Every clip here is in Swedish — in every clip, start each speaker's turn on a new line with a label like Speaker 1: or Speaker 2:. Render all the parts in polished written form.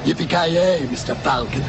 Speaker 1: Yippee-ki-yay, Mr. Falcon.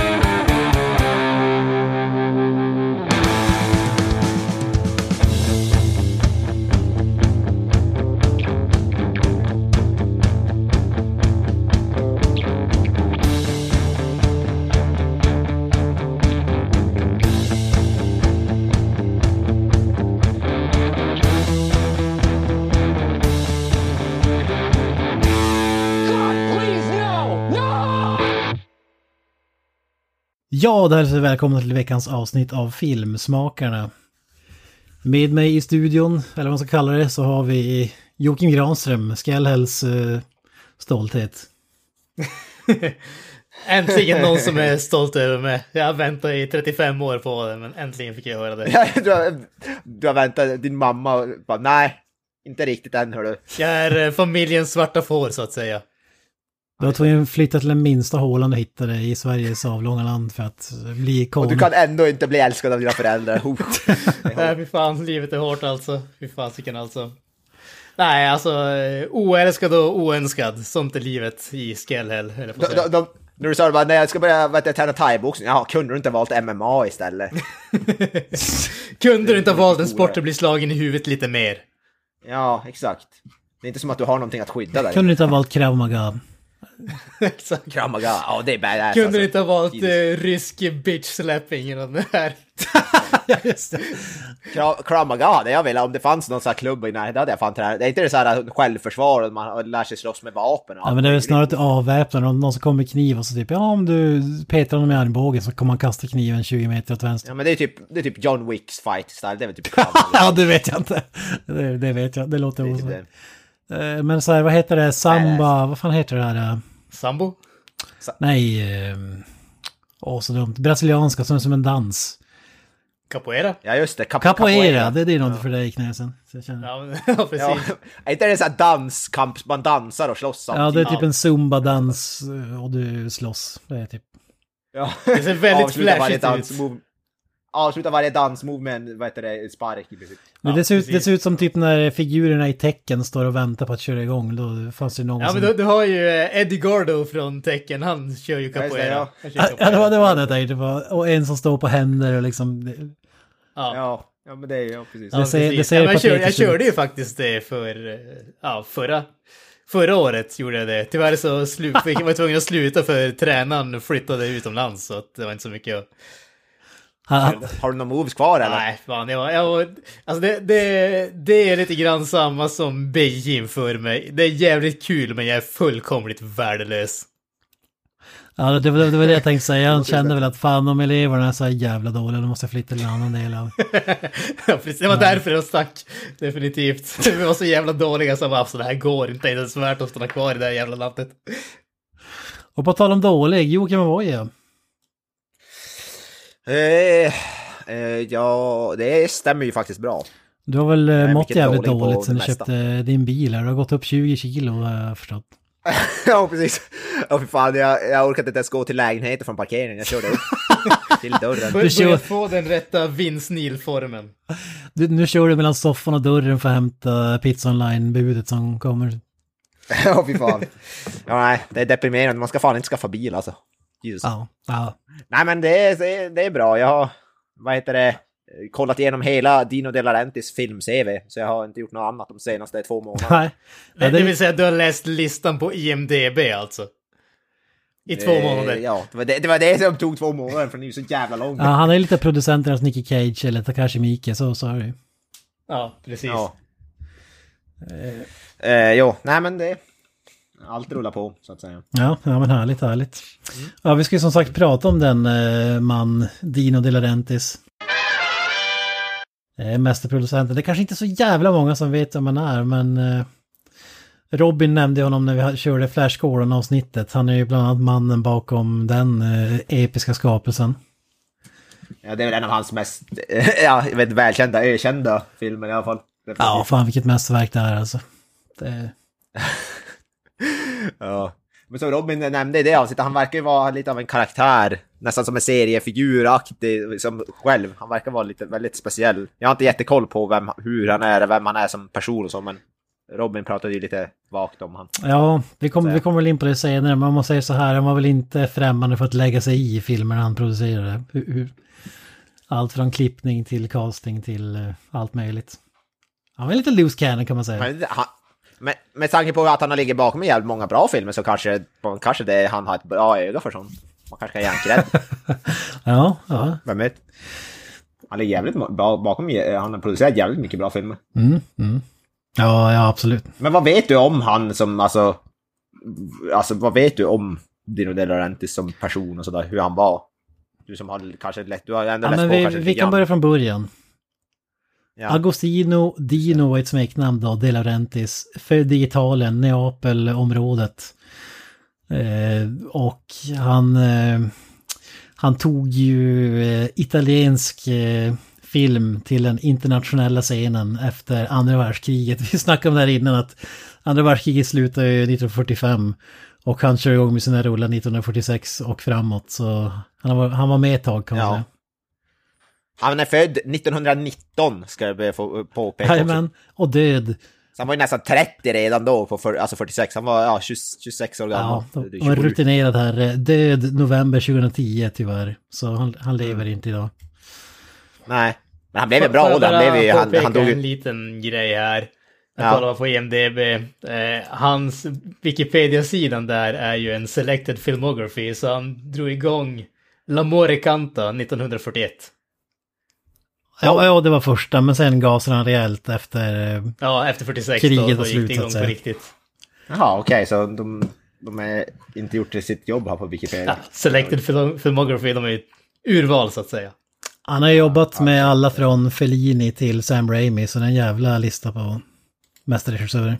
Speaker 2: Ja, då hälsar vi välkomna till veckans avsnitt av Filmsmakarna. Med mig i studion, eller vad man ska kalla det, så har vi Joakim Granström, Skellhälls stolthet.
Speaker 3: Äntligen någon som är stolt över mig. Jag har väntat i 35 år på det, men äntligen fick jag höra det.
Speaker 4: Du har väntat, din mamma bara, nej, inte riktigt än, hör du.
Speaker 3: Jag är familjens svarta får, så att säga.
Speaker 2: Du har tvungen flytta till den minsta hålan du hittade i Sveriges avlånga land för att bli ikon.
Speaker 4: Och du kan ändå inte bli älskad av dina föräldrar.
Speaker 3: Nej, fy fan, livet är hårt alltså. Fy fasiken alltså. Nej, alltså, oälskad och oönskad. Sånt är livet i Skellhäll.
Speaker 4: När du sa det bara, nej, jag ska börja träna thai-boxning. Ja, kunde du inte ha valt MMA istället?
Speaker 3: Kunde du inte ha valt en sport att bli slagen i huvudet lite mer?
Speaker 4: Ja, exakt. Det är inte som att du har någonting att skydda där.
Speaker 2: Kunde du inte ha valt Krav Maga?
Speaker 3: Exakt.
Speaker 4: Krav Maga, ja det är badass.
Speaker 3: Kunde du inte ha valt rysk bitch-slapping och den här?
Speaker 2: Ja, just det.
Speaker 4: Krav Maga, det jag vill, om det fanns någon sån här klubb i närheten, hade jag fan tränat. Det är inte det så här självförsvar och man lär sig slåss med vapen. Och
Speaker 2: ja, men det är väl snarare att du avväpnar någon som kommer med kniv och så typ, ja, om du petar honom i armbågen så kommer man kasta kniven 20 meter åt vänster.
Speaker 4: Ja, men det är typ John Wicks fight style, det är väl typ Krav Maga.
Speaker 2: Ja, det vet jag inte. Det vet jag, det låter också. Men så här, vad heter det? Samba, vad fan heter det här?
Speaker 3: Sambo?
Speaker 2: Nej, så dumt. Brasilianska som en dans.
Speaker 3: Capoeira?
Speaker 4: Ja, just det.
Speaker 2: Capoeira, det är något för dig, Knäsen.
Speaker 3: Ja, precis.
Speaker 4: Ja, är inte det så här danskamp, man dansar och slåss samtidigt?
Speaker 2: Ja, det är typ en zumba-dans och du slåss. Det är typ...
Speaker 3: Ja. Det ser väldigt flashigt ut.
Speaker 4: Avsluta varje dansmove med en, vad heter det, spark i princip.
Speaker 2: Men det ser ut som typ när figurerna i Tekken står och väntar på att köra igång. Då fanns det någon
Speaker 3: ja, men du har ju Eddie Gordo från Tekken, han kör ju capoeira.
Speaker 2: Ja, det var det jag tänkte på. Och en som står på händer och liksom...
Speaker 4: Ja, men det är ju precis.
Speaker 3: Jag körde ju faktiskt det förra året gjorde jag det. Tyvärr så var jag tvungen att sluta för tränaren flyttade utomlands, så att det var inte så mycket att...
Speaker 4: Har du några moves kvar eller?
Speaker 3: Nej, fan, alltså det är lite grann samma som Beijing för mig. Det är jävligt kul, men jag är fullkomligt värdelös.
Speaker 2: Ja, det var det jag tänkte säga. Han kände väl att fan, om eleverna är så jävla dåliga, då måste jag flytta till en annan del av.
Speaker 3: Ja, precis. Det var därför jag stack. Definitivt. Vi var så jävla dåliga så bara, så det här går inte ens värt att stanna kvar i det här jävla landet.
Speaker 2: Och på tal om dålig, Joakim Avoya.
Speaker 4: Ja, det stämmer ju faktiskt bra.
Speaker 2: Du har väl mått jävligt
Speaker 4: dåligt
Speaker 2: dåligt sen du köpte din bil här. Du har gått upp 20 kilo, har jag förstått.
Speaker 4: Ja, precis. Ja, för fan, jag orkade inte ens gå till lägenheten från parkeringen. Jag körde upp till dörren.
Speaker 3: Du kör få den rätta Vince-Neil-formen.
Speaker 2: Nu kör du mellan soffan och dörren för att hämta pizza online-budet som kommer.
Speaker 4: Ja, fy fan. Ja, nej, det är deprimerande. Man ska fan inte skaffa bil, alltså. Jesus.
Speaker 2: Ja.
Speaker 4: Nej, men det är bra. Jag har, kollat igenom hela Dino De Laurentiis film-CV, så jag har inte gjort något annat de senaste 2 månaderna.
Speaker 2: Nej.
Speaker 3: Ja, det vill säga att du har läst listan på IMDb alltså? I 2 månader?
Speaker 4: Ja, det var det som tog 2 månader, för det är ju så jävla långt.
Speaker 2: Ja, han är lite producenternas Nicky Cage eller Takashi Miike, så är det ju.
Speaker 3: Ja, precis.
Speaker 4: Ja. Jo, nej men det... Allt rullar på, så att säga.
Speaker 2: Ja, men härligt. Ja, vi ska ju som sagt prata om den man, Dino De Laurentiis. Mästerproducenten. Det är kanske inte så jävla många som vet vem man är, men Robin nämnde honom när vi körde Flash Gordon-avsnittet. Han är ju bland annat mannen bakom den episka skapelsen.
Speaker 4: Ja, det är väl en av hans mest ökända filmer i alla fall.
Speaker 2: Ja, fan vilket mästerverk det är alltså.
Speaker 4: Ja. Men som Robin nämnde i det avsnittet, han verkar ju vara lite av en karaktär, nästan som en seriefiguraktig som själv. Han verkar vara lite väldigt speciell. Jag har inte jättekoll på hur han är, vem han är som person och så, men Robin pratade ju lite vagt om han.
Speaker 2: Ja, vi kommer väl in på det senare, men man måste säga så här, han var väl inte främmande för att lägga sig i filmer han producerade. Allt från klippning till casting till allt möjligt. Han var lite loose cannon kan man säga.
Speaker 4: Men med tanke på att han har ligger bakom jävligt många bra filmer så kanske det han har ett bra öga för sånt. Man kanske kan hjärnkrädd.
Speaker 2: Ja.
Speaker 4: Vem vet? Han är jävligt bra bakom, han har producerat jävligt mycket bra filmer.
Speaker 2: Ja, absolut.
Speaker 4: Men vad vet du om han som, alltså vad vet du om Dino De Laurentiis som person och sådär, hur han var? Du som har kanske lätt, du har ändå läst på kanske.
Speaker 2: Vi kan börja från början.
Speaker 4: Ja.
Speaker 2: Agostino Dino var ett smeknamn då, De Laurentiis, född i Italien, Neapel-området. Och han tog ju italiensk film till den internationella scenen efter andra världskriget. Vi snackade om det här innan att andra världskriget slutade 1945 och han kör igång med sina rullar 1946 och framåt. Så han var med ett tag kan man säga.
Speaker 4: Han är född 1919 ska jag få påpeka.
Speaker 2: Jajamän, och död.
Speaker 4: Så han var ju nästan 30 redan då, alltså 46. Han var 26 år gammal.
Speaker 2: Ja, och var rutinerad här. Död november 2010 tyvärr. Så han lever inte idag.
Speaker 4: Nej, men han blev bra då. Han dog
Speaker 3: en liten grej här. Jag kollar på IMDb. Hans Wikipedia-sidan där är ju en selected filmography. Så han drog igång L'amore canta 1941.
Speaker 2: Ja, det var första, men sen gasade han rejält efter
Speaker 3: efter 46
Speaker 2: kriget
Speaker 3: då gick det igång på riktigt.
Speaker 4: Jaha, okej, så de är inte gjort sitt jobb här på Wikipedia.
Speaker 3: Ja, selected filmography, de är urval så att säga.
Speaker 2: Han har jobbat med alla från Fellini till Sam Raimi, så det är en jävla lista på mästerregissörer.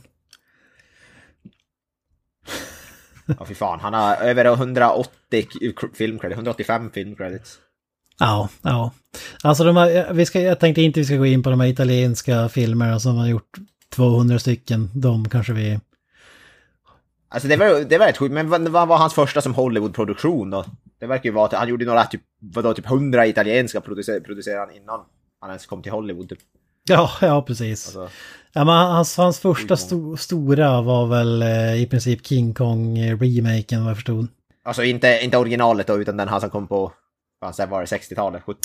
Speaker 4: Ja, fy fan. Han har över 180 filmcredits, 185 filmcredits.
Speaker 2: Ja. Alltså jag tänkte inte vi ska gå in på de här italienska filmerna som har gjort 200 stycken. De kanske vi...
Speaker 4: Alltså det var rätt sjukt, men vad var hans första som Hollywood-produktion då? Det verkar ju vara att han gjorde några typ 100 italienska producerade han innan han ens kom till Hollywood typ.
Speaker 2: Ja, precis. Alltså, ja, men hans första stora var väl i princip King Kong-remaken vad jag förstod.
Speaker 4: Alltså inte originalet då, utan den han som kom på, vad var det, 60-talet, 70?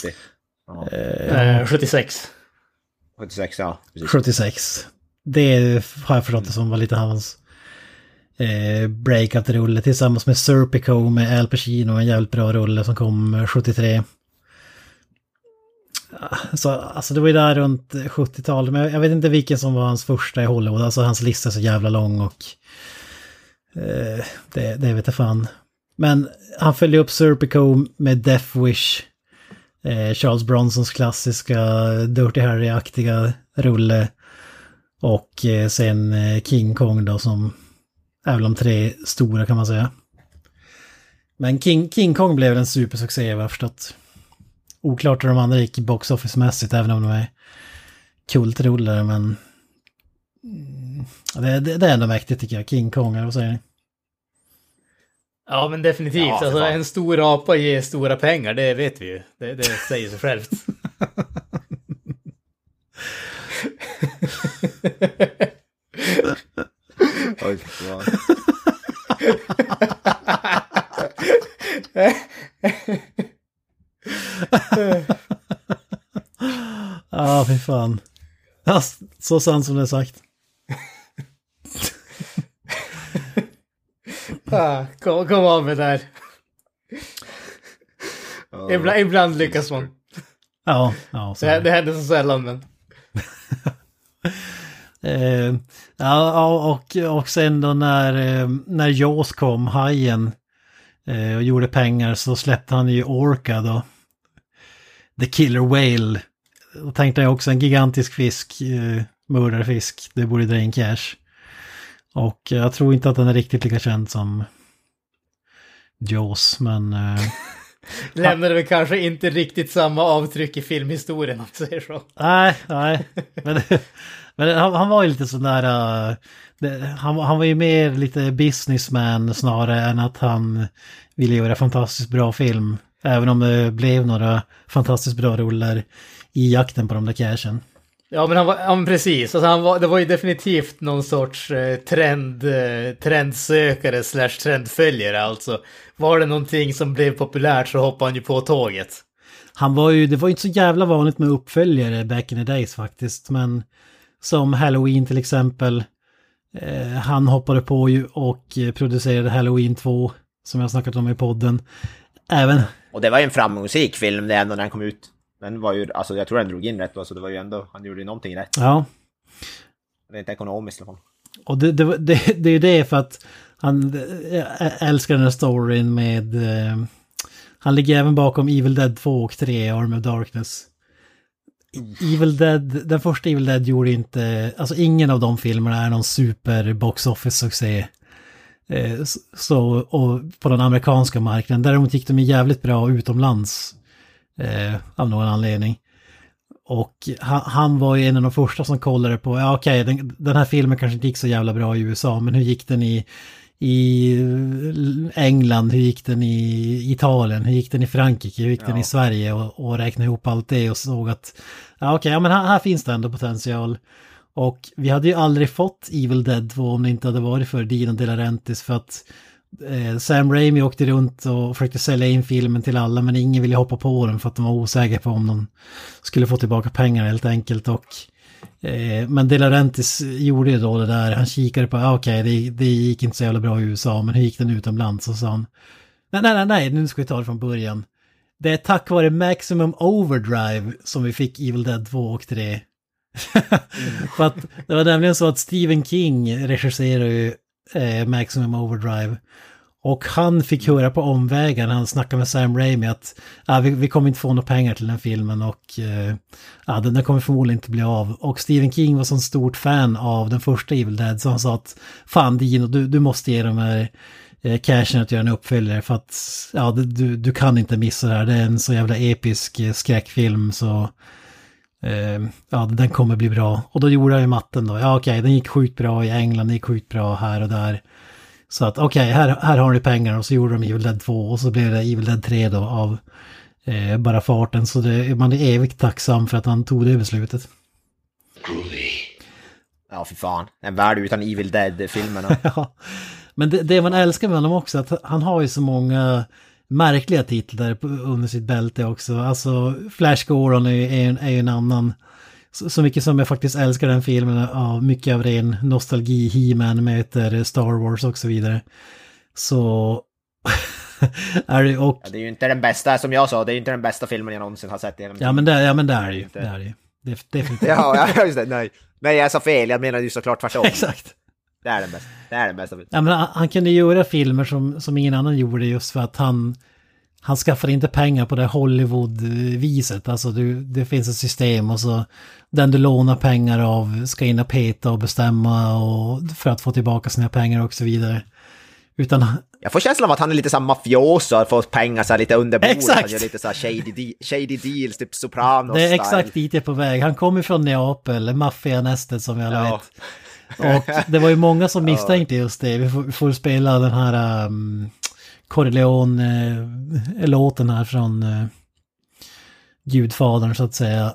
Speaker 3: 76.
Speaker 4: 76, ja. Precis.
Speaker 2: 76. Det har jag förstått som var lite hans breakout-rulle tillsammans med Serpico med Al Pacino, en jävligt bra rulle som kom 73. Så, alltså det var ju där runt 70-talet, men jag vet inte vilken som var hans första i Hollywood. Alltså hans lista är så jävla lång och det vet jag fan. Men han följde upp Serpico med Death Wish, Charles Bronsons klassiska Dirty Harry-aktiga rulle, och sen King Kong då, som är väl de tre stora kan man säga. Men King Kong blev en supersuccé, jag har förstått. Oklart hur de andra gick box office-mässigt, även om de är kultrullar, men det är ändå mäktigt tycker jag. King Kong, eller vad säger ni? Ja,
Speaker 3: men definitivt. Ja, alltså, en stor apa ger stora pengar, det vet vi ju. Det säger sig självt.
Speaker 4: Oj, fan.
Speaker 2: Ja, fy fan. Ja, så sant som det är sagt.
Speaker 3: Kom av med det här. Ibland lyckas man.
Speaker 2: Ja.
Speaker 3: Det händer så sällan, men...
Speaker 2: och sen då när Jaws kom, Hajen, och gjorde pengar, så släppte han ju Orca då. The Killer Whale. Och tänkte jag också en gigantisk fisk, mördarfisk, det borde dra in cash. Och jag tror inte att den är riktigt lika känd som Jaws, men...
Speaker 3: Lämnade väl kanske inte riktigt samma avtryck i filmhistorien, om man säger så.
Speaker 2: Nej. Men han var ju lite sån där... Han var ju mer lite businessman snarare än att han ville göra fantastiskt bra film. Även om det blev några fantastiskt bra roller i jakten på de där cashen.
Speaker 3: Ja, men han precis. Alltså det var ju definitivt någon sorts trendsökare / trendföljare. Alltså, var det någonting som blev populärt så hoppade han ju på tåget.
Speaker 2: Det var ju inte så jävla vanligt med uppföljare back in the days faktiskt. Men som Halloween till exempel. Han hoppade på ju och producerade Halloween 2. Som jag snackat om i podden.
Speaker 4: Och det var ju en framgångsrik film när den kom ut. Den var ju, alltså jag tror den drog in rätt då, så det var ju ändå, han gjorde ju någonting rätt.
Speaker 2: Ja.
Speaker 4: Det är inte ekonomiskt i alla fall.
Speaker 2: Och det är ju det för att han älskar den här storyn med... han ligger även bakom Evil Dead 2 och 3, Army of Darkness. Den första Evil Dead gjorde inte... Alltså ingen av de filmerna är någon super box office-succé. Och på den amerikanska marknaden. Däremot gick de jävligt bra utomlands. Av någon anledning. Och han var ju en av de första som kollade på, ja okej, den här filmen kanske inte gick så jävla bra i USA, men hur gick den i England, hur gick den i Italien, hur gick den i Frankrike, hur gick den i Sverige, och räknade ihop allt det och såg att ja okej, men här finns det ändå potential. Och vi hade ju aldrig fått Evil Dead 2 om det inte hade varit för Dino De Laurentiis, för att Sam Raimi åkte runt och försökte sälja in filmen till alla, men ingen ville hoppa på den för att de var osäkra på om de skulle få tillbaka pengar helt enkelt. Och men De Laurentiis gjorde ju då det där, han kikade på okej, det gick inte så jävla bra i USA, men hur gick den utomlands? Och sa han, nej, nu ska vi ta det från början. Det är tack vare Maximum Overdrive som vi fick Evil Dead 2 och 3. För att det var nämligen så att Stephen King regisserade ju Maximum Overdrive, och han fick höra på omvägen, han snackade med Sam Raimi att vi kommer inte få några pengar till den filmen, och den kommer förmodligen inte bli av. Och Stephen King var så stort fan av den första Evil Dead, så han sa att fan Dino, du måste ge dem här cashen att göra en uppföljare, för att du kan inte missa det här, det är en så jävla episk skräckfilm, så den kommer bli bra. Och då gjorde jag ju matten då. Den gick sjukt bra i England, den gick sjukt bra här och där. Så att här har ni pengar, och så gjorde de Evil Dead 2 och så blev det Evil Dead 3 då av bara farten. Så man är evigt tacksam för att han tog det beslutet.
Speaker 4: Ja, för fan. En värld utan Evil Dead-filmerna.
Speaker 2: Ja. Men det man älskar med honom också, att han har ju så många märkliga titlar under sitt bälte också. Alltså Flash Gordon är ju en annan. Så mycket som jag faktiskt älskar den filmen, mycket av ren nostalgi, He-Man möter Star Wars och så vidare. Så är det, och
Speaker 4: det är ju inte den bästa, som jag sa, det är ju inte den bästa filmen jag någonsin har sett.
Speaker 2: Men det är ju. Det är ju. Definitivt.
Speaker 4: Ja, just det. Nej, jag sa fel. Jag menar ju såklart tvärtom.
Speaker 2: Exakt.
Speaker 4: Det är den bästa. Det är den bästa filmen.
Speaker 2: Ja, men han kunde göra filmer som ingen annan gjorde, just för att han skaffade inte pengar på det Hollywood-viset. Alltså det finns ett system, och så den du lånar pengar av ska in och peta och bestämma och för att få tillbaka sina pengar och så vidare. Utan
Speaker 4: jag får känslan av att han är lite så mafioso, har fått pengar så här lite under bordet.
Speaker 2: Exakt.
Speaker 4: Han gör lite så här shady deals, typ Sopranos.
Speaker 2: Det är exakt dit jag är på väg. Han kommer från Neapel, maffianästet som vi alla vet. Och det var ju många som misstänkte just det. Vi får spela den här Corleone-låten här från Gudfadern så att säga.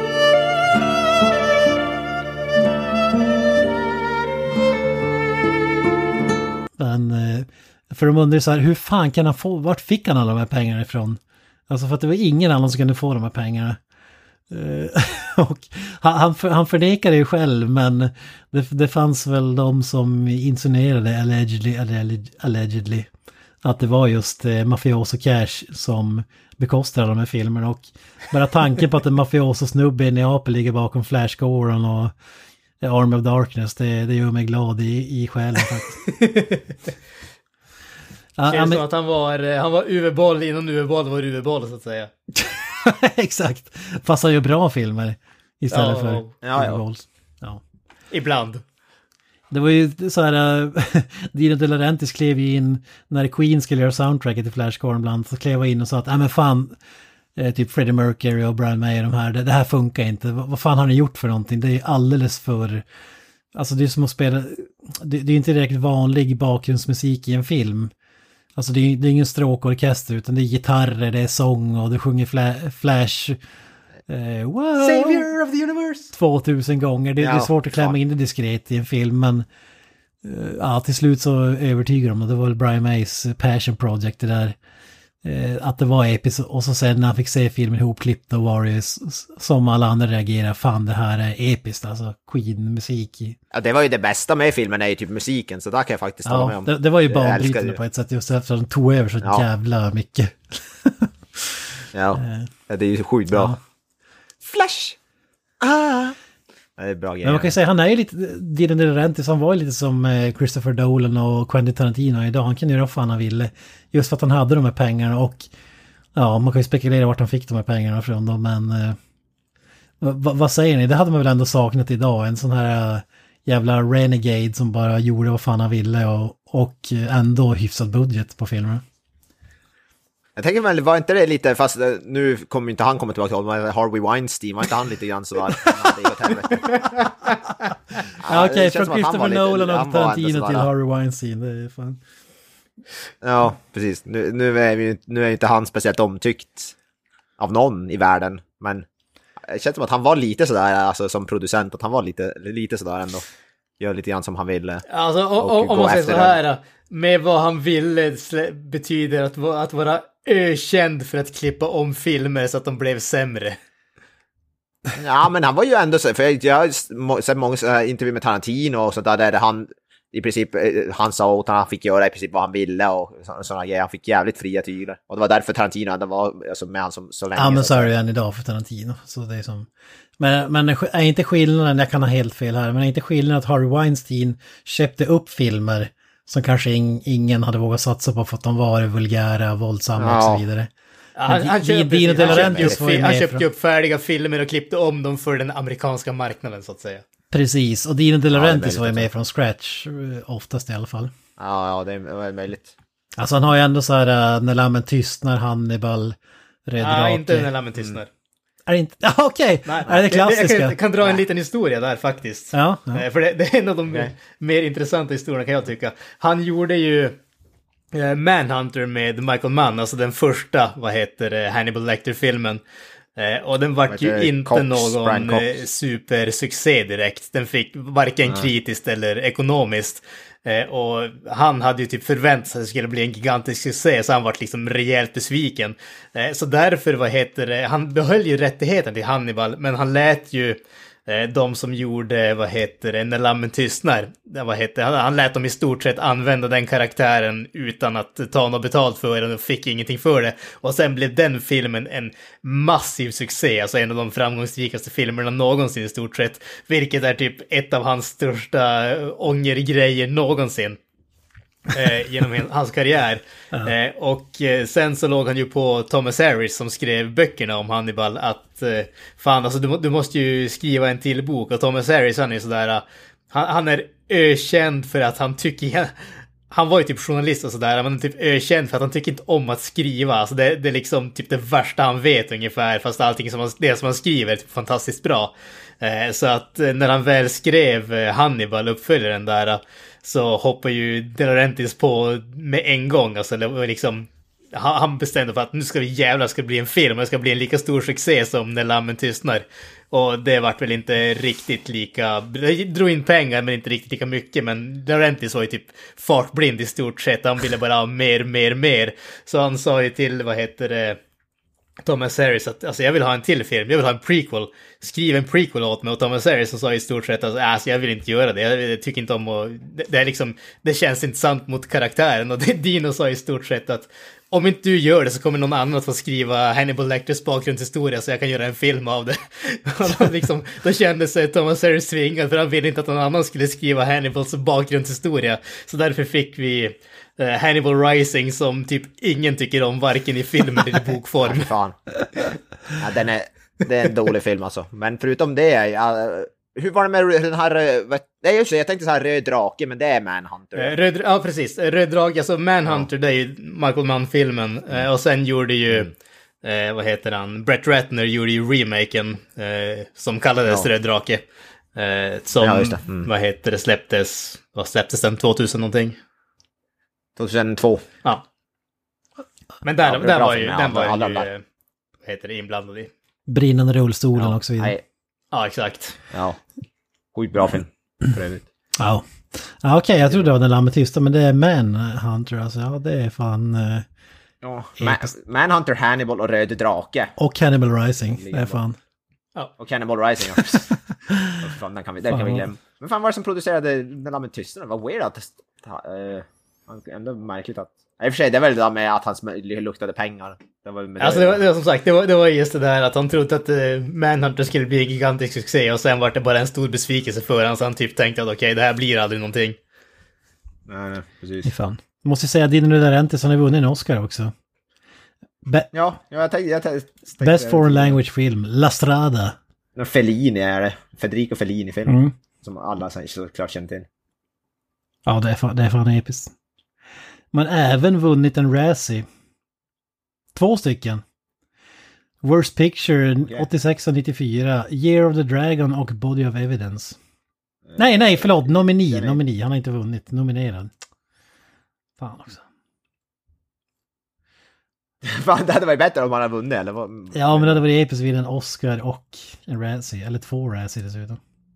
Speaker 2: Men för de undrar så här, hur fan kan han få, vart fick han alla de här pengarna ifrån? Alltså för att det var ingen annan som kunde få de här pengarna. Och han förnekade ju själv, men det fanns väl de som insinuerade allegedly att det var just mafioso cash som bekostade de här filmerna. Och bara tanken på att en mafioso snubbe i Neapel ligger bakom Flash Gordon och Army of Darkness, det gör mig glad i själen faktiskt.
Speaker 3: Det känns som att han var UV-boll innan UV-boll var UV-boll så att säga.
Speaker 2: Exakt. Fast han gör bra filmer istället för UV-boll. Ja.
Speaker 3: Ibland.
Speaker 2: Det var ju så här, Dino De Laurentiis klev in när Queen skulle göra soundtracket till Flash Gordon bland, så klev in och sa att men fan, typ Freddie Mercury och Brian May, de här, det här funkar inte. Vad fan har ni gjort för någonting? Det är alldeles för, alltså det är som att spela, det är inte direkt vanlig bakgrundsmusik i en film. Alltså det är ingen stråkorkester, utan det är gitarrer, det är sång och det sjunger Flash. Wow!
Speaker 3: Savior of the universe!
Speaker 2: 2000 gånger. Det är svårt att klämma in det diskret i en film, men till slut så övertygar de, och det var väl Brian Mays passion project det där. Att det var episkt, och så sen när han fick se filmen ihopklippt, då var det som alla andra reagerar, fan det här är episkt, alltså Queen-musik.
Speaker 4: Ja, det var ju det bästa med filmen, är ju typ musiken, så där kan jag faktiskt hålla med om.
Speaker 2: Det var ju banbrytande på ett sätt, just efter att de tog över så jävla mycket.
Speaker 4: Det är ju sjukt bra.
Speaker 2: Ja.
Speaker 4: Flash! Det är bra grejer.
Speaker 2: Men man kan ju säga, han är ju lite, Dino De Laurentiis, han var ju lite som Christopher Nolan och Quentin Tarantino idag. Han kan göra vad fan han ville. Just för att han hade de här pengarna, och man kan ju spekulera vart han fick de här pengarna från då, men vad säger ni? Det hade man väl ändå saknat idag, en sån här jävla renegade som bara gjorde vad fan han ville och ändå hyfsad budget på filmerna.
Speaker 4: Jag tänker väl, var inte det lite, fast nu kommer inte han komma tillbaka till Harvey Weinstein, var inte han lite grann sådär?
Speaker 2: Okej, från Christopher Nolan och Tarantino till Harvey Weinstein, det är fan.
Speaker 4: Ja, precis. Nu är inte han speciellt omtyckt av någon i världen, men det känns som att han var lite sådär, alltså som producent, att han var lite sådär ändå. Gör lite grann som han ville.
Speaker 3: Alltså, om man säger så här, med vad han ville betyder att vara ökänd för att klippa om filmer så att de blev sämre.
Speaker 4: Ja, men han var ju ändå så, för jag har sett många intervjuer med Tarantino och sånt där han i princip, han sa åt han fick göra i princip vad han ville och sådana grejer. Han fick jävligt fria tyglar. Och det var därför Tarantino hade var alltså, med han så länge.
Speaker 2: Ja, men så är det än idag för Tarantino. Så det är som... Men är inte skillnaden, jag kan ha helt fel här, men är inte skillnaden att Harvey Weinstein köpte upp filmer som kanske ingen hade vågat satsa på för att de var vulgära, våldsamma och så vidare.
Speaker 3: Han köpte upp färdiga filmer och klippte om dem för den amerikanska marknaden, så att säga.
Speaker 2: Precis, och Dino De Laurentiis var ju med från scratch, oftast i alla fall.
Speaker 4: Ja, det är möjligt.
Speaker 2: Alltså han har ju ändå så här, När lammen tystnar, Hannibal, Röd Drake.
Speaker 3: Nej, inte När lammen tystnar.
Speaker 2: Är det inte? Okej. Är det klassiska?
Speaker 3: Jag kan dra en liten historia där faktiskt.
Speaker 2: Ja.
Speaker 3: För det är en av de mer intressanta historierna, kan jag tycka. Han gjorde ju Manhunter med Michael Mann, alltså den första, Hannibal Lecter-filmen. Och den var ju inte någon supersuccé direkt. Den fick varken kritiskt eller ekonomiskt. Och han hade ju typ förväntat sig att det skulle bli en gigantisk succé, så han var liksom rejält besviken. Så därför, han behöll ju rättigheten till Hannibal, men han lät ju de som gjorde, När lammen tystnar, han lät dem i stort sett använda den karaktären utan att ta något betalt för den och fick ingenting för det. Och sen blev den filmen en massiv succé, alltså en av de framgångsrikaste filmerna någonsin i stort sett, vilket är typ ett av hans största ångergrejer någonsin. Genom hans karriär. Och sen så låg han ju på Thomas Harris som skrev böckerna om Hannibal att fan, alltså du måste ju skriva en till bok. Och Thomas Harris, han är sådär, han är ökänd för att han tycker, han var ju typ journalist och sådär, men typ ökänd för att han tycker inte om att skriva. Alltså det är liksom typ det värsta han vet ungefär, fast allting som han skriver är typ fantastiskt bra. Så att när han väl skrev Hannibal, uppföljaren där, så hoppar ju De Laurentiis på med en gång. Alltså liksom, han bestämde för att nu ska det bli en film, det ska bli en lika stor succé som När lammen tystnar. Och det vart väl inte riktigt lika, det drog in pengar men inte riktigt lika mycket, men De Laurentiis var ju typ fartblind i stort sett, han ville bara ha mer. Så han sa ju till, Thomas Harris att alltså, jag vill ha en till film, jag vill ha en prequel, skriv en prequel åt mig. Och Thomas Harris sa i stort sett att alltså, jag vill inte göra det, jag tycker inte om att, det är liksom, det känns inte sant mot karaktären. Och Dino sa i stort sett att om inte du gör det så kommer någon annan att få skriva Hannibal Lecters bakgrundshistoria så jag kan göra en film av det. Då kände sig Thomas Harris tvingad, för han ville inte att någon annan skulle skriva Hannibals bakgrundshistoria. Så därför fick vi Hannibal Rising, som typ ingen tycker om, varken i film eller i bokform.
Speaker 4: Fan. Ja, det är en dålig film alltså. Men förutom det, hur var det med den här, nej just det, jag tänkte så här Röd Drake, men det är Manhunter.
Speaker 3: Ja, precis. Röd Drake, alltså Manhunter, det är ju Michael Mann-filmen. Och sen gjorde ju, Brett Ratner gjorde ju remaken som kallades Röd Drake. Som, släpptes den 2000 någonting?
Speaker 4: 2002.
Speaker 3: Ja. Men den var ju inblandad i.
Speaker 2: brinnande rullstolen och så vidare.
Speaker 3: Ja, exakt.
Speaker 4: Ja, skitbra film. För övrigt.
Speaker 2: Ja. Ja, okej, jag trodde det var Den lammet tysta, men det är Manhunter, alltså. Ja, det är fan...
Speaker 4: Ja, Manhunter, Hannibal och Röde Drake.
Speaker 2: Och Cannibal Rising, det är fan...
Speaker 4: Ja. Och Cannibal Rising också. Fan, den kan vi glömma. Men fan var det som producerade Den lammet tysta? Det var weird att... ändå märkligt att... I och för sig, det är väl det där med att han luktade pengar. Det var
Speaker 3: som sagt, det var just det där att han trodde att Manhunter skulle bli en gigantisk succé och sen var det bara en stor besvikelse för honom, så han typ tänkte att okej, det här blir aldrig någonting.
Speaker 4: Nej, precis.
Speaker 2: Fan. Måste säga, Dino De Laurentiis, han har vunnit en Oscar också.
Speaker 4: Jag tänkte
Speaker 2: Best Foreign Language Film, La Strada.
Speaker 4: Fellini är det. Federico Fellini-film. Som alla såklart känner till.
Speaker 2: Ja, det är fan episkt. Man även vunnit en Razzie. 2 stycken. Worst Picture 86 och 94. Year of the Dragon och Body of Evidence. Nej, förlåt. Nomini. Han har inte vunnit. Nominerad. Fan också.
Speaker 4: Fan, det hade varit bättre om han hade vunnit, eller vad?
Speaker 2: Ja, men det hade varit episkt vid en Oscar och en Razzie. Eller 2 Razzie dessutom.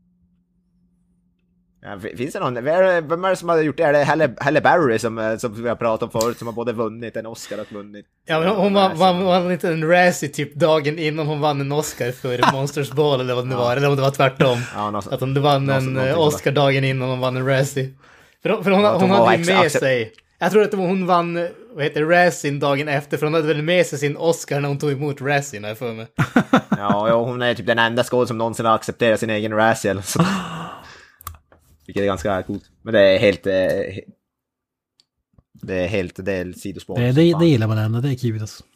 Speaker 4: Ja, finns det någon? Vem är det som har gjort det? Är det Halle Berry som vi har pratat om förut, som har både vunnit en Oscar och vunnit...
Speaker 3: Ja, men hon vann inte en Razzie typ dagen innan hon vann en Oscar för Monsters Ball, eller vad det var. Eller om det var tvärtom. Ja, att hon vann en Oscar dagen innan hon vann en Razzie. För hon hade ju med sig... Jag tror att hon vann, Razzie dagen efter, för hon hade väl med sig sin Oscar när hon tog emot Razzie, när jag för mig.
Speaker 4: Ja, hon är typ den enda skådespelaren som någonsin har accepterat sin egen Razzie eller så. Vilket är ganska coolt. Men det är helt... Det är sidospår.
Speaker 2: Det gillar man ändå, det är kul alltså.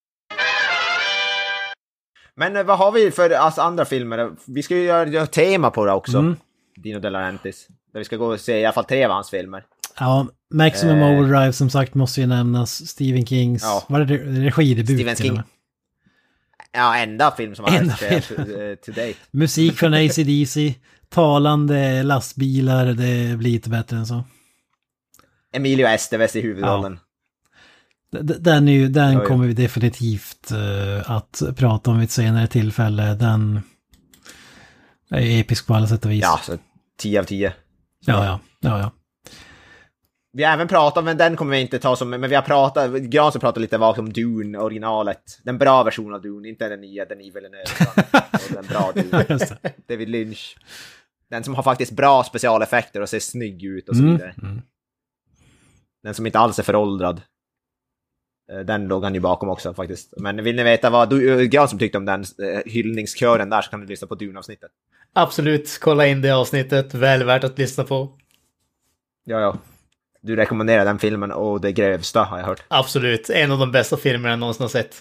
Speaker 4: Men vad har vi för andra filmer? Vi ska ju göra tema på det också. Dino De Laurentiis. Där vi ska gå och se i alla fall 3 av hans filmer.
Speaker 2: Ja, Maximum Overdrive som sagt måste ju nämnas. Stephen Kings...
Speaker 4: Ja.
Speaker 2: Var det regidebut?
Speaker 4: Stephen King. Ja, enda film som han har to date. Musik
Speaker 2: från AC/DC. Talande lastbilar, det blir lite bättre än så.
Speaker 4: Emilio Estevez i huvudrollen.
Speaker 2: Ja. Den kommer vi definitivt att prata om vid ett senare tillfälle. Den är episk på alla sätt och vis.
Speaker 4: Ja, så 10 av 10.
Speaker 2: Ja.
Speaker 4: Vi har även pratat, men den kommer vi inte ta som... Men vi har pratat... Granström pratade lite vagt om Dune, originalet. Den bra versionen av Dune, inte den nya, den Villeneuve. Den bra Dune. David Lynch. Den som har faktiskt bra specialeffekter och ser snygg ut och så vidare. Den som inte alls är föråldrad. Den låg han ju bakom också faktiskt. Men vill ni veta vad Granström tyckte om den hyllningskören där, så kan ni lyssna på Dune-avsnittet.
Speaker 3: Absolut, kolla in det avsnittet. Väl värt att lyssna på.
Speaker 4: Ja. Du rekommenderar den filmen och det grövsta har jag hört.
Speaker 3: Absolut, en av de bästa filmerna jag någonsin har sett.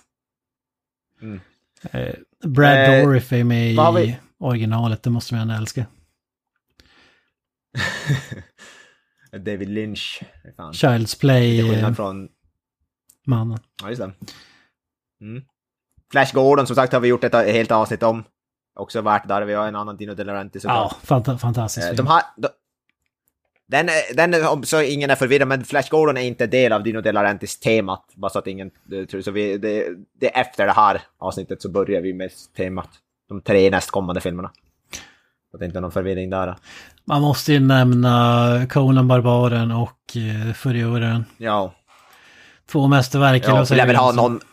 Speaker 2: Brad Dourif är med i originalet, det måste man älska.
Speaker 4: David Lynch. Fan.
Speaker 2: Child's Play.
Speaker 4: Från...
Speaker 2: Mannen.
Speaker 4: Ja, just det. Flash Gordon, som sagt, har vi gjort ett helt avsnitt om. Också värt där. Vi har en annan Dino De Laurentiis.
Speaker 2: Ja, fantastiskt.
Speaker 4: Den, så ingen är förvirrad, men Flash Gordon är inte del av Dino De Laurentiis temat. Bara så att ingen tror. Så det efter det här avsnittet så börjar vi med temat. De 3 nästkommande filmerna. Så det är inte någon förvirring där.
Speaker 2: Man måste ju nämna Conan Barbaren och Furioren.
Speaker 4: Ja.
Speaker 2: 2 mästerverk.
Speaker 4: Ja, jag vill ha någon...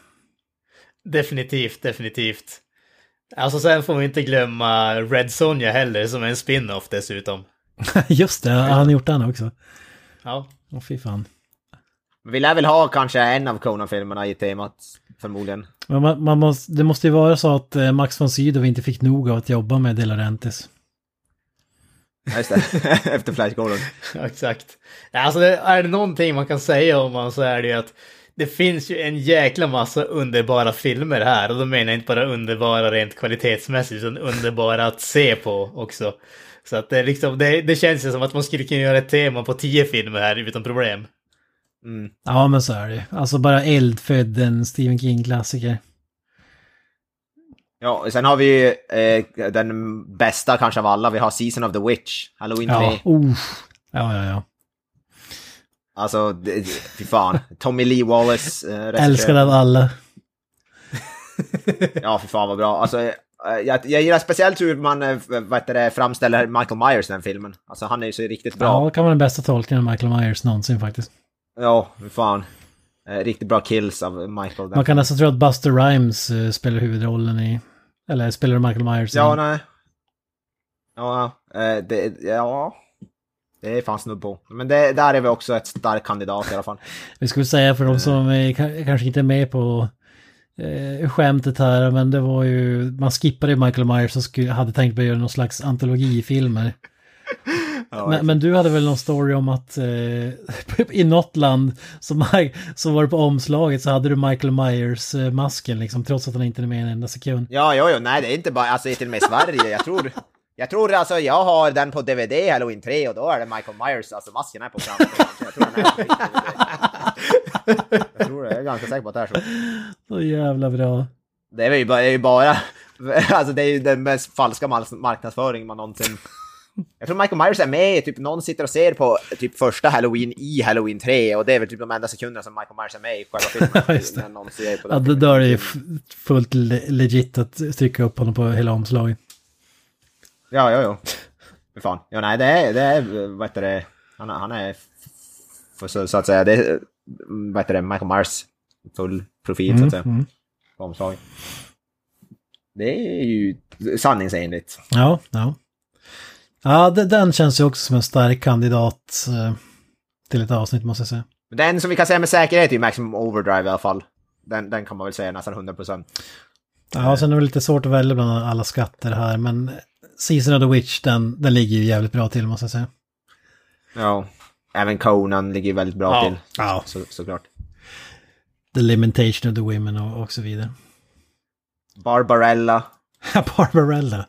Speaker 3: Definitivt. Alltså sen får vi inte glömma Red Sonja heller, som är en spin-off dessutom.
Speaker 2: Just det, han har gjort den också.
Speaker 3: Ja.
Speaker 2: Åh, fy fan.
Speaker 4: Vi lär väl ha kanske en av Conan-filmerna i temat, förmodligen.
Speaker 2: Men det måste ju vara så att Max von Sydow inte fick nog av att jobba med De Laurentiis.
Speaker 4: Just det, efter Flash Gordon.
Speaker 3: Ja, exakt. Alltså är det någonting man kan säga om man, så är det ju att det finns ju en jäkla massa underbara filmer här. Och då menar jag inte bara underbara rent kvalitetsmässigt, utan underbara att se på också. Så att det, liksom, det känns ju som att man skulle kunna göra ett tema på 10 filmer här utan problem.
Speaker 2: Ja, men så är det. Alltså bara Eldfödd, en Stephen King-klassiker.
Speaker 4: Ja, sen har vi den bästa kanske av alla. Vi har Season of the Witch, Halloween 3.
Speaker 2: Ja.
Speaker 4: Alltså, fy fan. Tommy Lee Wallace.
Speaker 2: Älskad av alla.
Speaker 4: Ja, för fan vad bra. Alltså, jag gillar speciellt hur man framställer Michael Myers i den filmen. Alltså han är ju så riktigt bra.
Speaker 2: Ja, det kan vara den bästa tolkningen av Michael Myers någonsin faktiskt.
Speaker 4: Ja, för fan. Riktigt bra kills av Michael.
Speaker 2: Man kan nästan tro att Buster Rhymes spelar huvudrollen i... Eller spelar Michael Myers i...
Speaker 4: Ja, nej. Det fanns nog på. Men där är vi också ett stark kandidat i alla fall.
Speaker 2: Vi skulle säga för de som kanske inte är med på skämtet här, men det var ju... Man skippade Michael Myers och hade tänkt på att göra någon slags antologifilmer. Ja, men du hade väl någon story om att i något land så var det på omslaget så hade du Michael Myers-masken liksom, trots att han inte är med en enda sekund.
Speaker 4: Ja, nej det är inte bara, alltså till och med i Sverige, jag tror alltså jag har den på DVD Halloween 3 och då är det Michael Myers, alltså masken är på framsidan. Jag tror det, jag är ganska säker på att det är så.
Speaker 2: Så jävla bra.
Speaker 4: Det är ju bara alltså det är ju den mest falska marknadsföring man någonsin... Jag tror Michael Myers är med, typ någon sitter och ser på typ första Halloween i Halloween 3 och det är väl typ de enda sekunderna som Michael Myers är med i själva filmen. När någon ser på
Speaker 2: ja, då är det ju fullt legit att trycka upp honom på hela omslaget.
Speaker 4: Ja. För fan. Ja, nej, det är vad heter det? Han är så att säga, det är vad heter det, Michael Myers full profil så att säga. På omslaget. Det är ju sanningsenligt.
Speaker 2: Ja. Ja, den känns ju också som en stark kandidat till ett avsnitt måste jag säga.
Speaker 4: Den som vi kan säga med säkerhet är ju Maximum Overdrive i alla fall. Den kan man väl säga nästan 100%.
Speaker 2: Ja, sen är det lite svårt att välja bland alla skatter här, men Season of the Witch, den ligger ju jävligt bra till måste jag säga.
Speaker 4: Ja, även Conan ligger väldigt bra till.
Speaker 2: Ja.
Speaker 4: Såklart.
Speaker 2: The Limitation of the Women och så vidare.
Speaker 4: Barbarella.
Speaker 2: Barbarella.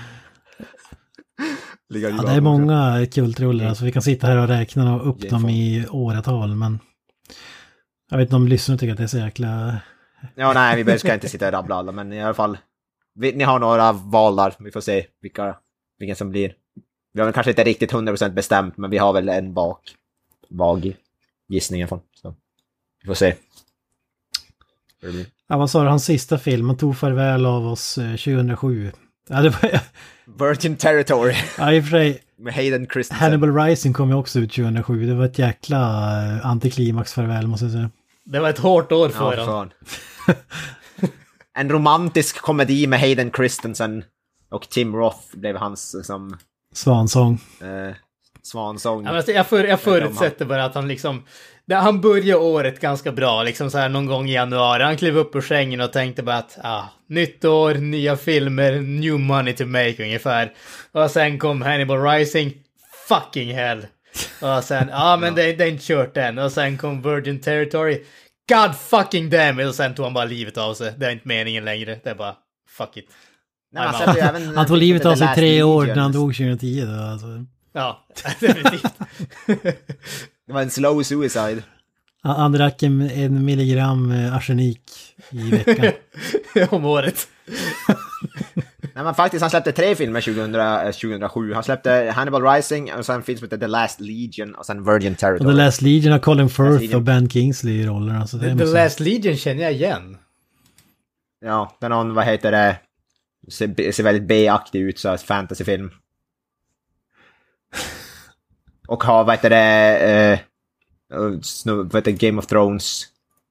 Speaker 2: Ja, det är många kultroller, alltså vi kan sitta här och räkna upp dem i åratal, men jag vet inte om lyssnarna tycker att det är så jäkla...
Speaker 4: Ja, nej, vi ska inte sitta och rabbla alla, men i alla fall, ni har några val där, vi får se vilken som blir. Vi har väl kanske inte riktigt 100% bestämt, men vi har väl en vag gissning i alla fall, så vi får se.
Speaker 2: Ja, vad sa du, hans sista film, han tog farväl av oss 2007. Ja, det var...
Speaker 4: Virgin Territory.
Speaker 2: Ja, i och för sig.
Speaker 4: Med Hayden Christensen.
Speaker 2: Hannibal Rising kom ju också ut 2007. Det var ett jäkla antiklimax farväl måste jag säga.
Speaker 3: Det var ett hårt år för honom.
Speaker 4: En romantisk komedi med Hayden Christensen och Tim Roth blev hans som...
Speaker 2: Svansång.
Speaker 4: Svansång.
Speaker 3: Ja, jag förutsätter bara att han liksom... Han började året ganska bra, liksom så här någon gång i januari. Han klev upp ur sängen och tänkte bara att nytt år, nya filmer, new money to make ungefär. Och sen kom Hannibal Rising, fucking hell. Och sen, men det är inte kört än. Och sen kom Virgin Territory, god fucking damn it. Och sen tog han bara livet av sig. Det är inte meningen längre, det är bara fuck it.
Speaker 4: Nej,
Speaker 2: han tog livet av sig i 3 år när han dog 2010 då, alltså.
Speaker 3: Ja, definitivt.
Speaker 4: Det var en slow suicide.
Speaker 2: Han drack en milligram arsenik i veckan.
Speaker 3: Om året.
Speaker 4: Nej, men faktiskt, han släppte 3 filmer 2007. Han släppte Hannibal Rising och sen finns det The Last Legion och sen Virgin Territory.
Speaker 2: Och The Last Legion har Colin Firth och Ben Kingsley i rollerna. Alltså
Speaker 3: The Last Legion känner jag igen.
Speaker 4: Ja, den har, vad heter det, ser väldigt B-aktig ut, så fantasyfilm. Och har, vad heter det, Game of Thrones.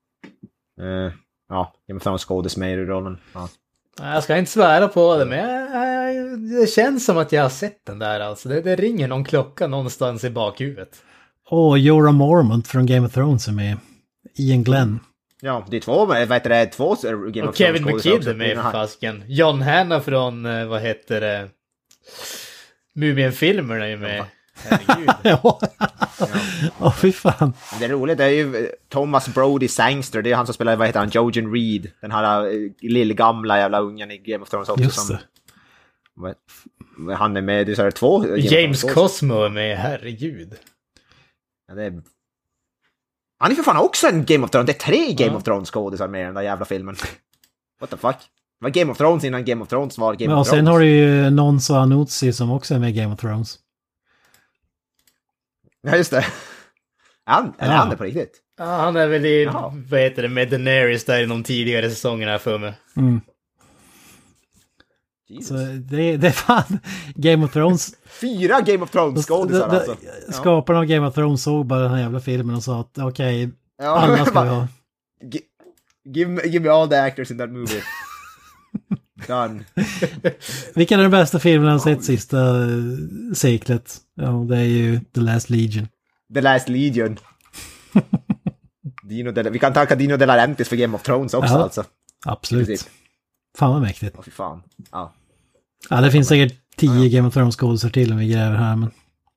Speaker 4: Game of Thrones skådis med i rollen. Ja.
Speaker 3: Jag ska inte svära på det, men det känns som att jag har sett den där. Alltså. Det ringer någon klocka någonstans i bakhuvudet.
Speaker 2: Jorah Mormont från Game of Thrones är med. Ian Glenn.
Speaker 4: Ja, det är 2 Game of Thrones.
Speaker 3: Och Kevin McKidd är med för fasken. John Hanna från, vad heter det, Mumien-filmerna är ju med. Herregud.
Speaker 2: Ja, fy fan.
Speaker 4: Det är roligt, det är ju Thomas Brody Sangster, det är han som spelar, vad heter han, Jojen Reed, den här lillgamla jävla ungen i Game of Thrones också.
Speaker 2: Just det.
Speaker 4: Som, han är med, det är så här 2.
Speaker 3: James Cosmo är med, herregud.
Speaker 4: Ja, det är... Han är för fan också en Game of Thrones, det är 3 Game of Thrones skådisar med i den där jävla filmen. What the fuck? Det var Game of Thrones innan Game of Thrones var Game of Thrones.
Speaker 2: Och sen har du ju Nonso Anuzzi som också är med i Game of Thrones.
Speaker 4: Ja, just det. Han är på riktigt.
Speaker 3: Ja, han är väl i, vad heter det, med Daenerys där i de tidigare säsongerna för mig.
Speaker 2: Så det är fan Game of Thrones.
Speaker 4: 4 Game of Thrones-skådisar alltså.
Speaker 2: Skaparna av Game of Thrones såg bara den här jävla filmen och sa att okej, alla ska vi ha.
Speaker 4: Give me all the actors in that movie. Done.
Speaker 2: Vilken är den bästa filmen han sett sista seklet? Ja, det är ju The Last Legion.
Speaker 4: The Last Legion. Vi kan tacka Dino De Laurentiis för Game of Thrones också alltså.
Speaker 2: Absolut. Fan vad mäktigt.
Speaker 4: Fy fan. Ja.
Speaker 2: Ja, det finns säkert 10 Game of Thrones-skådisar till om vi gräver här, men...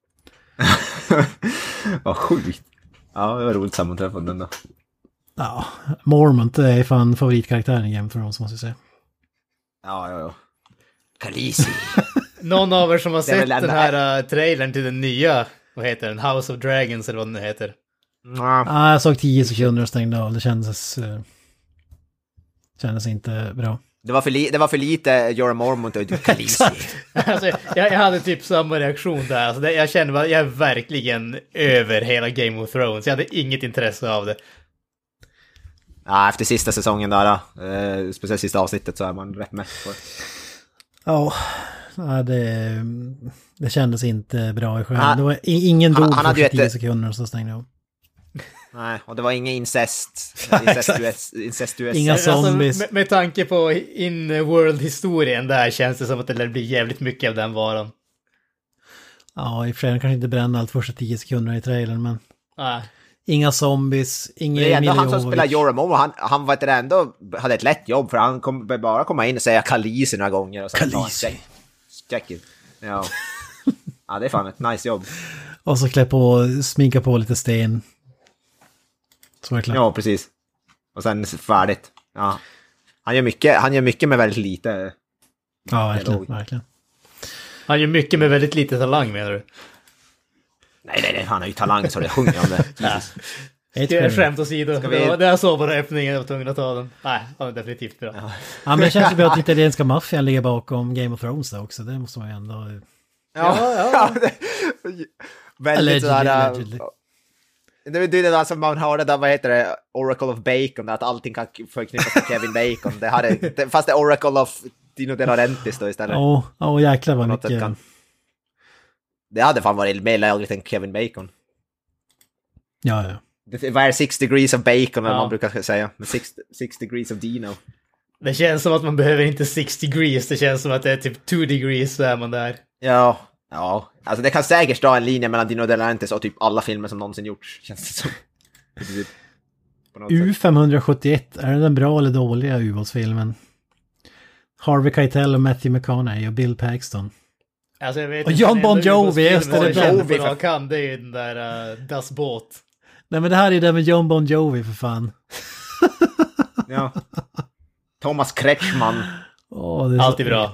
Speaker 4: Vad sjukt. Ja, det var roligt sammanträffande den då.
Speaker 2: Ja, Mormont är fan favoritkaraktären i Game of Thrones, måste jag säga.
Speaker 4: Ja. Khaleesi.
Speaker 3: Någon av er som har sett
Speaker 4: väl
Speaker 3: den här trailern till den nya, vad heter den? House of Dragons eller vad den nu heter.
Speaker 2: Ja, jag såg 10 sekunder och stängde av. Det kändes inte bra.
Speaker 4: Det var för lite Jorah Mormont och Khaleesi.
Speaker 3: Alltså, jag hade typ samma reaktion där. Alltså, jag kände att jag är verkligen över hela Game of Thrones. Jag hade inget intresse av det.
Speaker 4: Ja, efter sista säsongen där, speciellt sista avsnittet, så är man rätt mätt på det.
Speaker 2: Ja, det kändes inte bra i sjön. Det var ingen dog för 10 sekunder och så stängde jag av.
Speaker 4: Nej, och det var ingen incestuös.
Speaker 2: Inga zombies.
Speaker 3: Alltså, med tanke på in-world-historien där känns det som att det lär bli jävligt mycket av den varan.
Speaker 2: Ja, i och för sig kanske inte bränna allt första 10 sekunder i trailern, men... Inga zombies, ingen
Speaker 4: det är ändå han som spelar Jorah Mormont, han var ändå hade ett lätt jobb, för han bara komma in och säga Khaleesi några gånger. Och
Speaker 2: Khaleesi.
Speaker 4: Check it. Ja. Ja, det är fan ett nice jobb.
Speaker 2: Och så klä på, sminka på lite sten. Så är det klart.
Speaker 4: Ja, precis. Och sen färdigt. Ja. Han gör mycket med väldigt lite.
Speaker 2: Ja, verkligen.
Speaker 3: Han gör mycket med väldigt lite talang, menar du?
Speaker 4: Nej, han har ju talang så det sjunger om det.
Speaker 3: Ska jag skämt åsido? Det jag såg bara öppningen, jag var tvungen att ta den. Nej, han är definitivt bra.
Speaker 2: Ja, men det känns ju bra att italienska maffian ligger bakom Game of Thrones också. Det måste man ju ändå...
Speaker 4: Ja. Väldigt sådär... Det är det där som man hörde där, vad heter det? Oracle of Bacon, att allting kan förknippas med Kevin Bacon. Fast det är Oracle of Dino De Laurentiis då istället.
Speaker 2: Ja, jäklar vad mycket...
Speaker 4: Det hade fan varit mer lagligt än Kevin Bacon.
Speaker 2: Ja.
Speaker 4: Det var 6 degrees of bacon, eller man brukar säga. 6 degrees of Dino.
Speaker 3: Det känns som att man behöver inte 6 degrees. Det känns som att det är typ 2 degrees så är man där.
Speaker 4: Ja. Alltså det kan säkert dra en linje mellan Dino De Laurentiis och typ alla filmer som någonsin gjorts, känns det som.
Speaker 2: U571, är den bra eller dåliga ubåtsfilmen? Harvey Keitel och Matthew McConaughey och Bill Paxton.
Speaker 3: Alltså, jag vet
Speaker 2: och John Bon Jovi,
Speaker 3: det är ju den där Das Båt.
Speaker 2: Nej, men det här är det med John Bon Jovi för fan.
Speaker 4: Ja. Thomas Kretschmann.
Speaker 2: Det är
Speaker 3: alltid bra.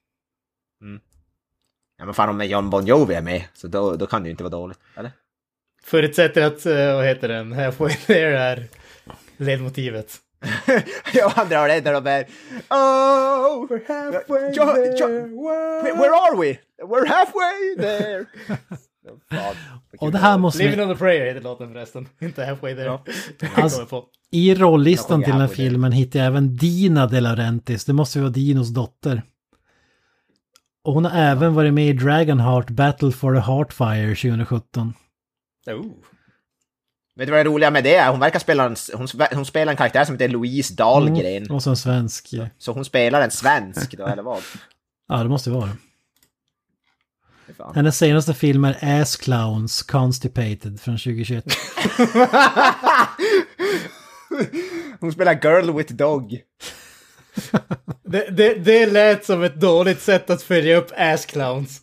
Speaker 4: Ja, men fan, om John Bon Jovi är med, så då kan det ju inte vara dåligt, eller?
Speaker 3: Förutsätter att, vad heter den? Halfway there är ledmotivet.
Speaker 4: Ja, han drar det där och bara oh, we're halfway there. Where are we? We're halfway there.
Speaker 2: Och det här måste
Speaker 3: Living on the Prayer heter låten förresten. Inte halfway there. Ja.
Speaker 2: Alltså, i rolllistan till den här filmen hittar jag även Dina De Laurentiis. Det måste ju vara Dinos dotter. Och hon har även varit med i Dragonheart Battle for the Heartfire 2017.
Speaker 4: Vet du vad det roliga med det är? Hon verkar spela hon spelar en karaktär som heter Louise Dahlgren.
Speaker 2: Och som svensk.
Speaker 4: Så hon spelar en svensk då, eller vad?
Speaker 2: Ja, det måste vara. Hennes senaste film är Ass Clowns Constipated från 2021.
Speaker 4: Hon spelar Girl with Dog.
Speaker 3: Det lät som ett dåligt sätt att följa upp Ass Clowns.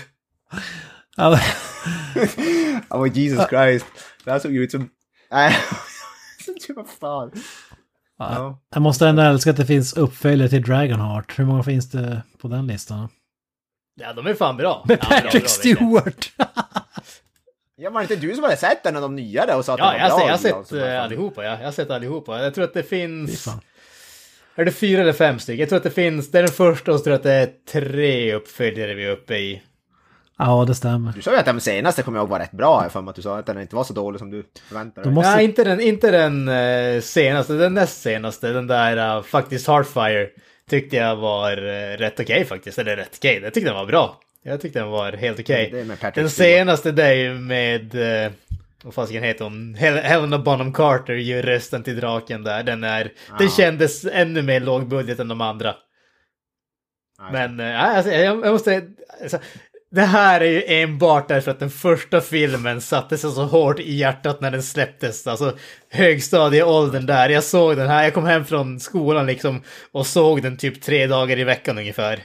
Speaker 4: Oh, Jesus Christ. Det här såg ut som... Nej, vad fan.
Speaker 2: Ja. Jag måste ändå älska att det finns uppföljare till Dragonheart. Hur många finns det på den listan?
Speaker 3: Ja, de är fan bra.
Speaker 2: Med Patrick Stewart.
Speaker 4: Ja, var inte du som hade sett en av de nya där och sa att
Speaker 3: ja,
Speaker 4: det var bra?
Speaker 3: Jag har sett allihopa. Jag har sett allihopa. Jag tror att det finns... Är det 4 eller 5 stycken? Jag tror att det finns... Det är den första och så tror jag att det är 3 uppföljare vi är uppe i.
Speaker 2: Ja, det stämmer.
Speaker 4: Du sa ju att den senaste kommer jag ihåg var rätt bra, för att du sa att den inte var så dålig som du förväntade dig.
Speaker 3: Ja, inte den senaste, den näst senaste, den där faktiskt Heartfire. tyckte jag var rätt okej faktiskt. Eller rätt okej, jag tyckte den var bra. Jag tyckte den var helt okej. Den senaste där är ju med... vad fan ska den heta? Helena Bonham Carter gör rösten till draken där. Den kändes ännu mer lågbudget än de andra. Men alltså, jag måste... Alltså, det här är ju enbart därför att den första filmen satte sig så hårt i hjärtat när den släpptes. Alltså högstadieåldern där. Jag såg den här, jag kom hem från skolan liksom och såg den typ 3 dagar i veckan ungefär.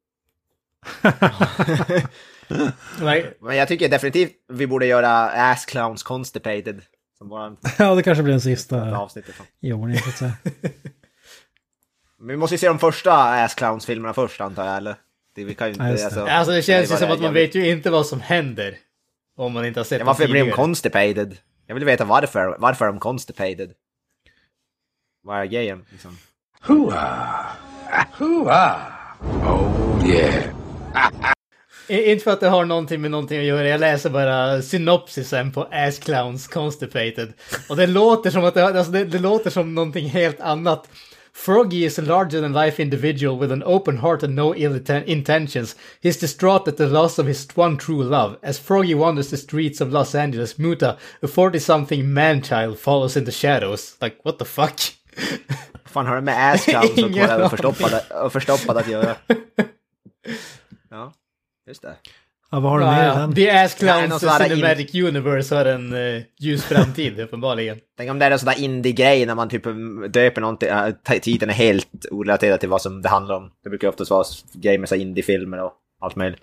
Speaker 4: Men jag tycker definitivt vi borde göra Ass Clowns Constipated. Som bara
Speaker 2: ja, det kanske blir den sista
Speaker 4: avsnittet.
Speaker 2: i ordning, så att säga.
Speaker 4: Men vi måste ju se de första Ass Clowns-filmerna först, antar jag, eller? Vi kan ju inte,
Speaker 3: alltså det känns ju som att man vet ju inte vad som händer om man inte har sett
Speaker 4: varför blir de constipated? Jag vill veta varför är de constipated? Vad är grejen liksom?
Speaker 1: Hooah! Hooah! Oh yeah!
Speaker 3: Inte för att det har någonting med någonting att göra. Jag läser bara synopsisen på Ass Clowns Constipated. Och det låter som att det låter som någonting helt annat. Froggy is a larger-than-life individual with an open heart and no ill intentions. He's distraught at the loss of his one true love. As Froggy wanders the streets of Los Angeles, Muta, a 40-something man-child, follows in the shadows. Like, what the fuck?
Speaker 4: Fan, har det med Ass Clowns och förstoppad att göra? Ja, just det.
Speaker 2: Ja, vad har du med den?
Speaker 3: The Ass Clowns Cinematic Universe har en ljus framtid, uppenbarligen.
Speaker 4: Tänk om det är en sån där indie-grej när man typ döper någonting, titeln är helt orelaterad till vad som det handlar om. Det brukar oftast vara grejer med så indie-filmer och allt möjligt.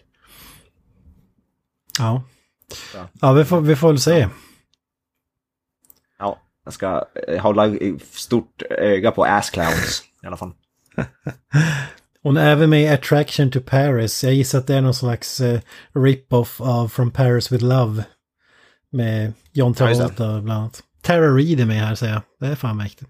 Speaker 2: Ja. Ja, vi får väl se.
Speaker 4: Ja, jag ska hålla stort öga på Ass Clowns i alla fall.
Speaker 2: Hon är även med i Attraction to Paris. Jag gissar att det är någon slags rip-off av From Paris with Love. Med John Travolta bland annat. Tara Reid är med här, säger jag. Det är fan mäktigt.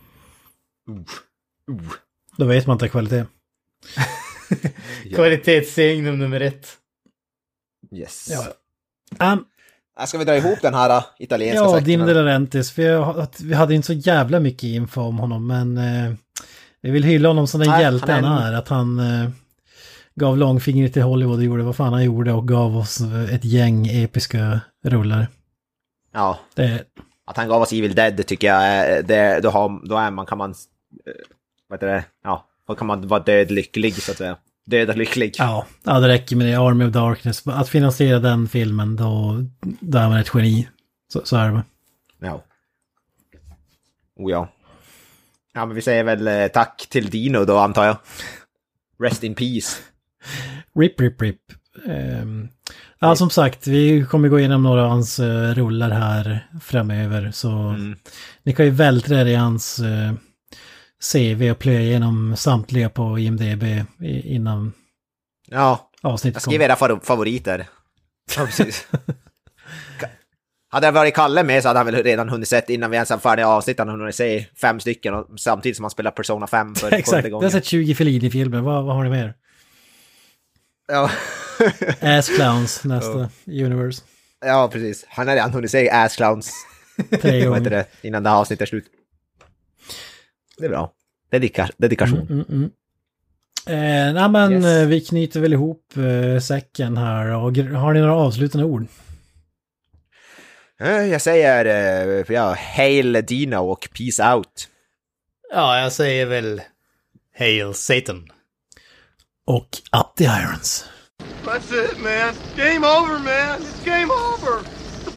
Speaker 2: Då vet man inte kvalitet.
Speaker 3: Kvalitetssignum nummer 1.
Speaker 4: Yes.
Speaker 2: Ja.
Speaker 4: Ska vi dra ihop den här italienska
Speaker 2: säcken? Ja,
Speaker 4: Dino
Speaker 2: De Laurentiis. Vi hade inte så jävla mycket info om honom, men... vi vill hylla honom som den hjälte han är. Att han gav långfingret till Hollywood och gjorde vad fan han gjorde och gav oss ett gäng episka rullar.
Speaker 4: Ja, att han gav oss Evil Dead tycker jag, kan man vara dödlycklig så att säga. Dödlycklig.
Speaker 2: Ja, det räcker med det. Army of Darkness. Att finansiera den filmen, då är man ett geni. Så är det.
Speaker 4: Ja. Ja. Ja, men vi säger väl tack till Dino då, antar jag. Rest in peace.
Speaker 2: Rip. Ja, som sagt, vi kommer gå igenom några av hans rullar här framöver. Så ni kan ju vältra er i hans CV och plöja igenom samtliga på IMDb innan avsnittet
Speaker 4: kommer. Skriv era favoriter. Ja, precis. Hade det varit Kalle med så hade han väl redan hunnit sett innan vi ens är färdiga avsnitt. Han hunnit se 5 stycken och samtidigt som han spelar Persona 5 för
Speaker 2: exakt, jag har sett 20 Fellini-filmer. Vad har ni mer?
Speaker 4: Ja.
Speaker 2: Ass Clowns, nästa universe.
Speaker 4: Ja, precis. Han har redan hunnit se Ass Clowns
Speaker 2: 3 gånger.
Speaker 4: det, innan det här avsnittet är slut. Det är bra. Dedikation.
Speaker 2: Vi knyter väl ihop säcken här. Och har ni några avslutande ord?
Speaker 4: Jag säger Hail Dino och Peace Out.
Speaker 3: Ja, jag säger väl Hail Satan.
Speaker 2: Och Up the Irons.
Speaker 1: That's it, man. Game over, man. It's game over.